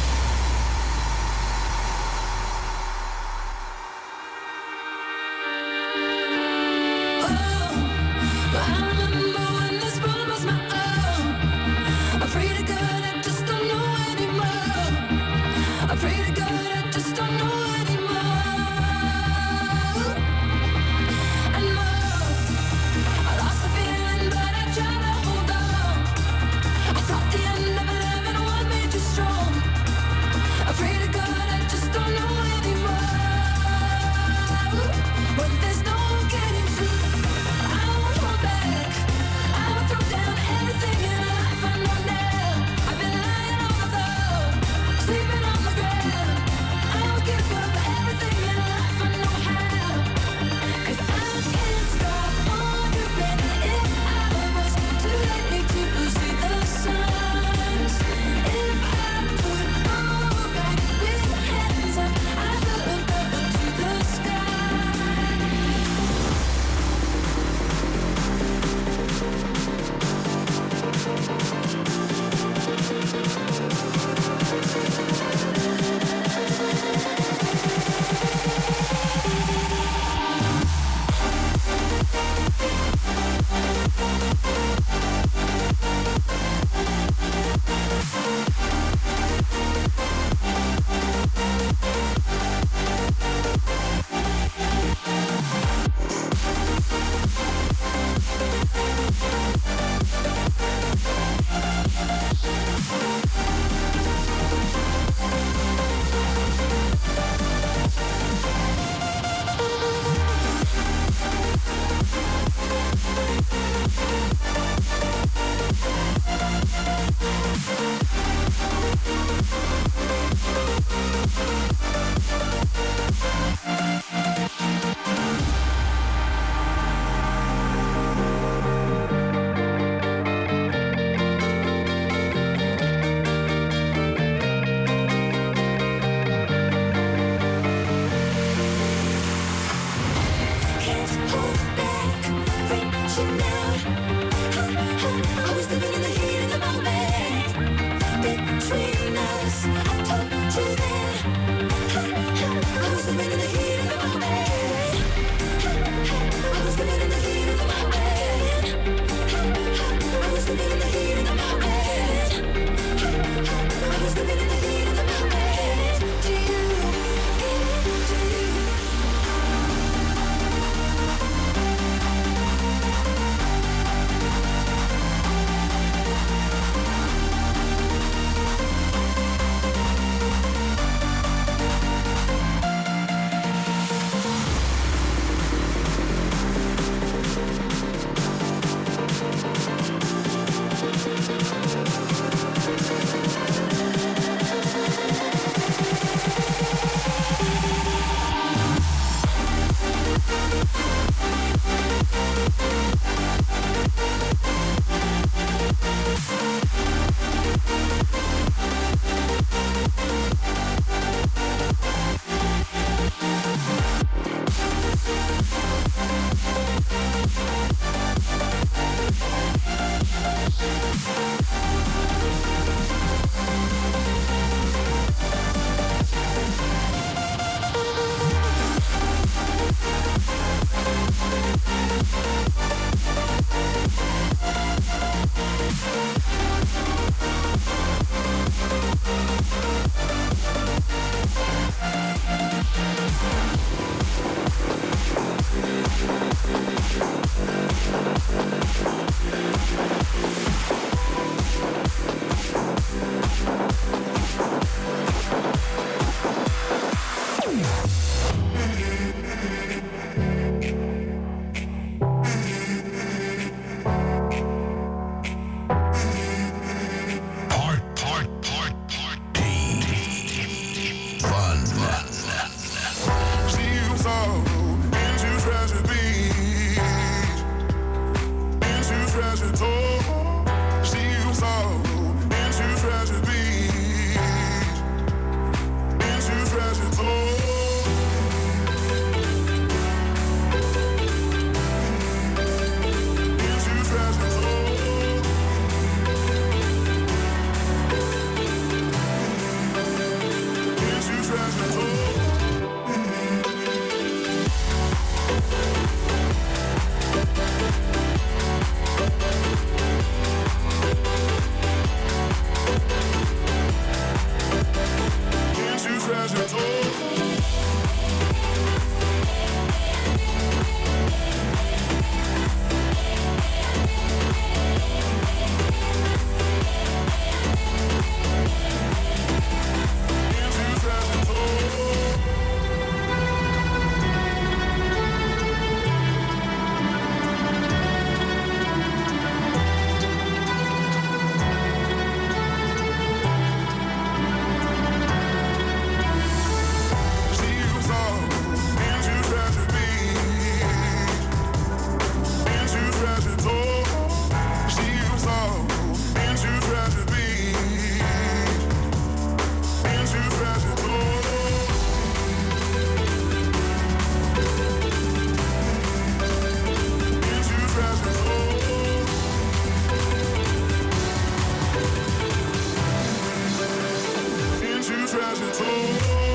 treasure too.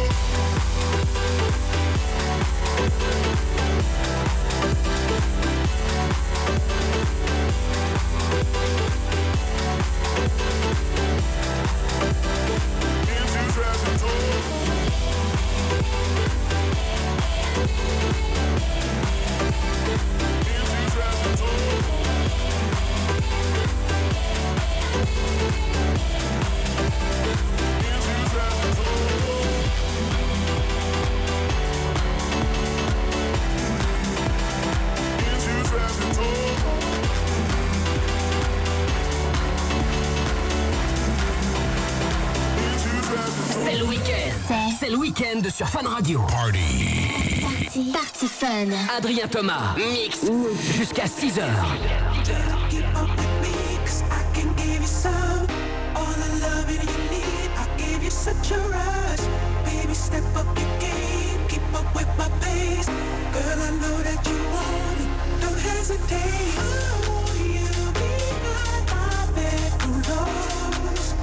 C'est le week-end. C'est le week-end sur Fun Radio. Party. Party. Party Fun. Adrien Thomas, mix jusqu'à six heures. Keep up with me, 'cause I can give you some. All the loving you need, I give you such a rush. Baby, step up your game, keep up with my pace. Girl, I know that you want it, don't hesitate. I want you behind my bedroom doors.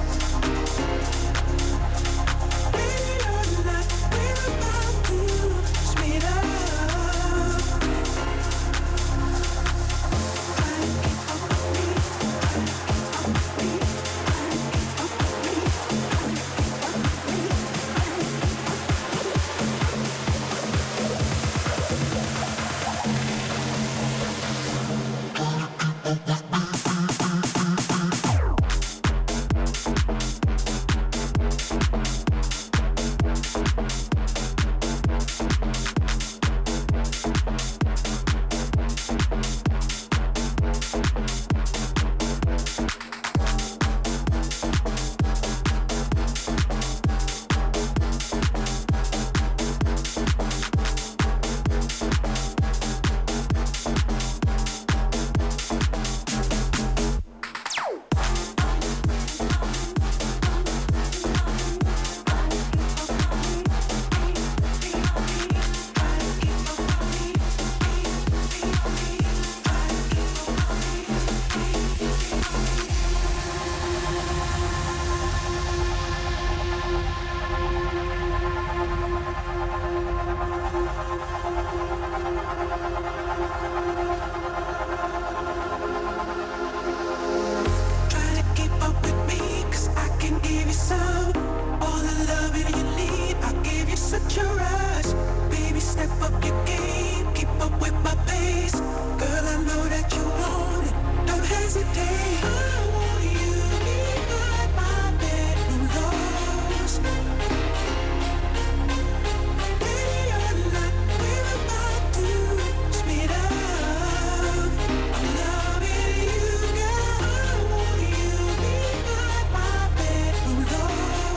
Ready or not, we're about to speed up.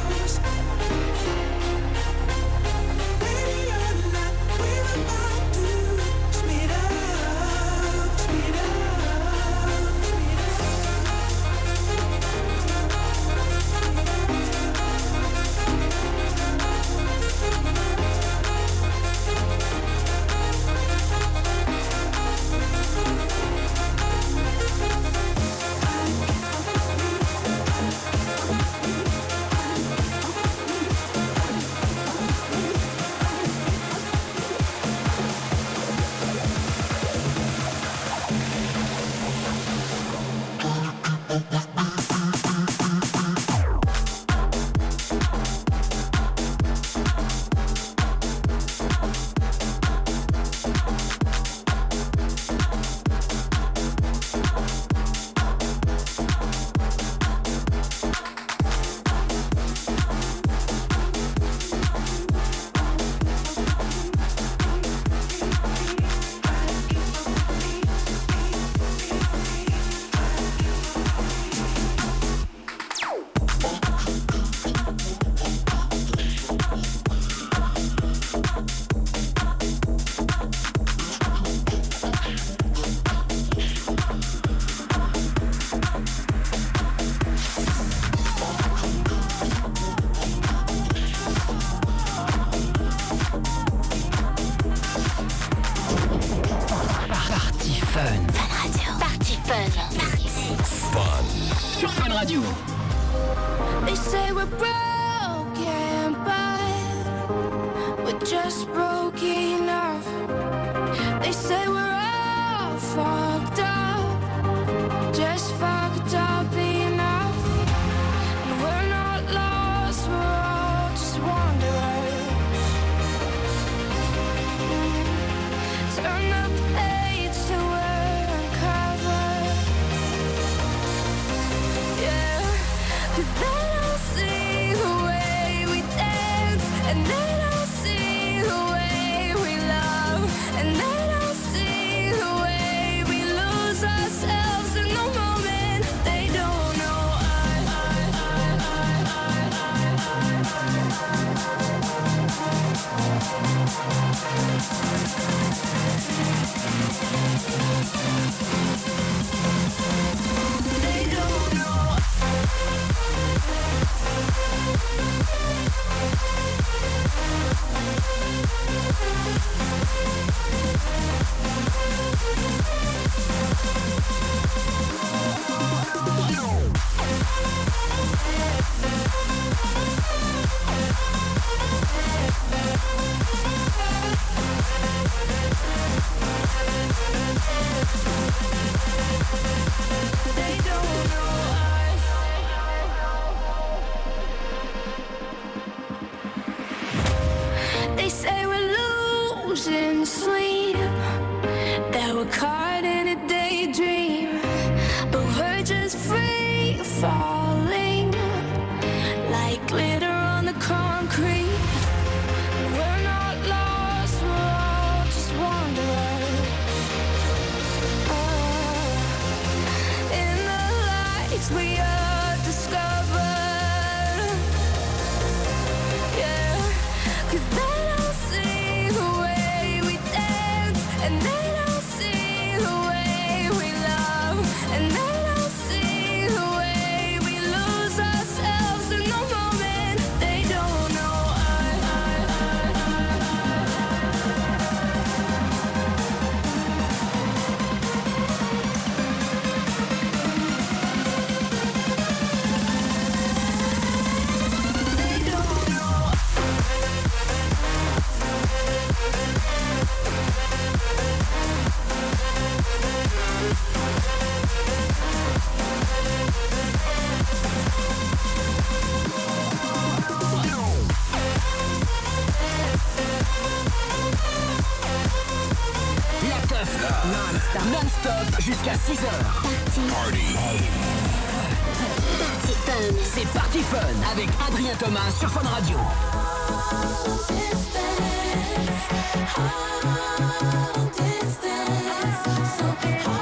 We're about to Non-stop jusqu'à six heures. Party. Party Fun. C'est Party Fun avec Adrien Thomas sur Fun Radio. Distance,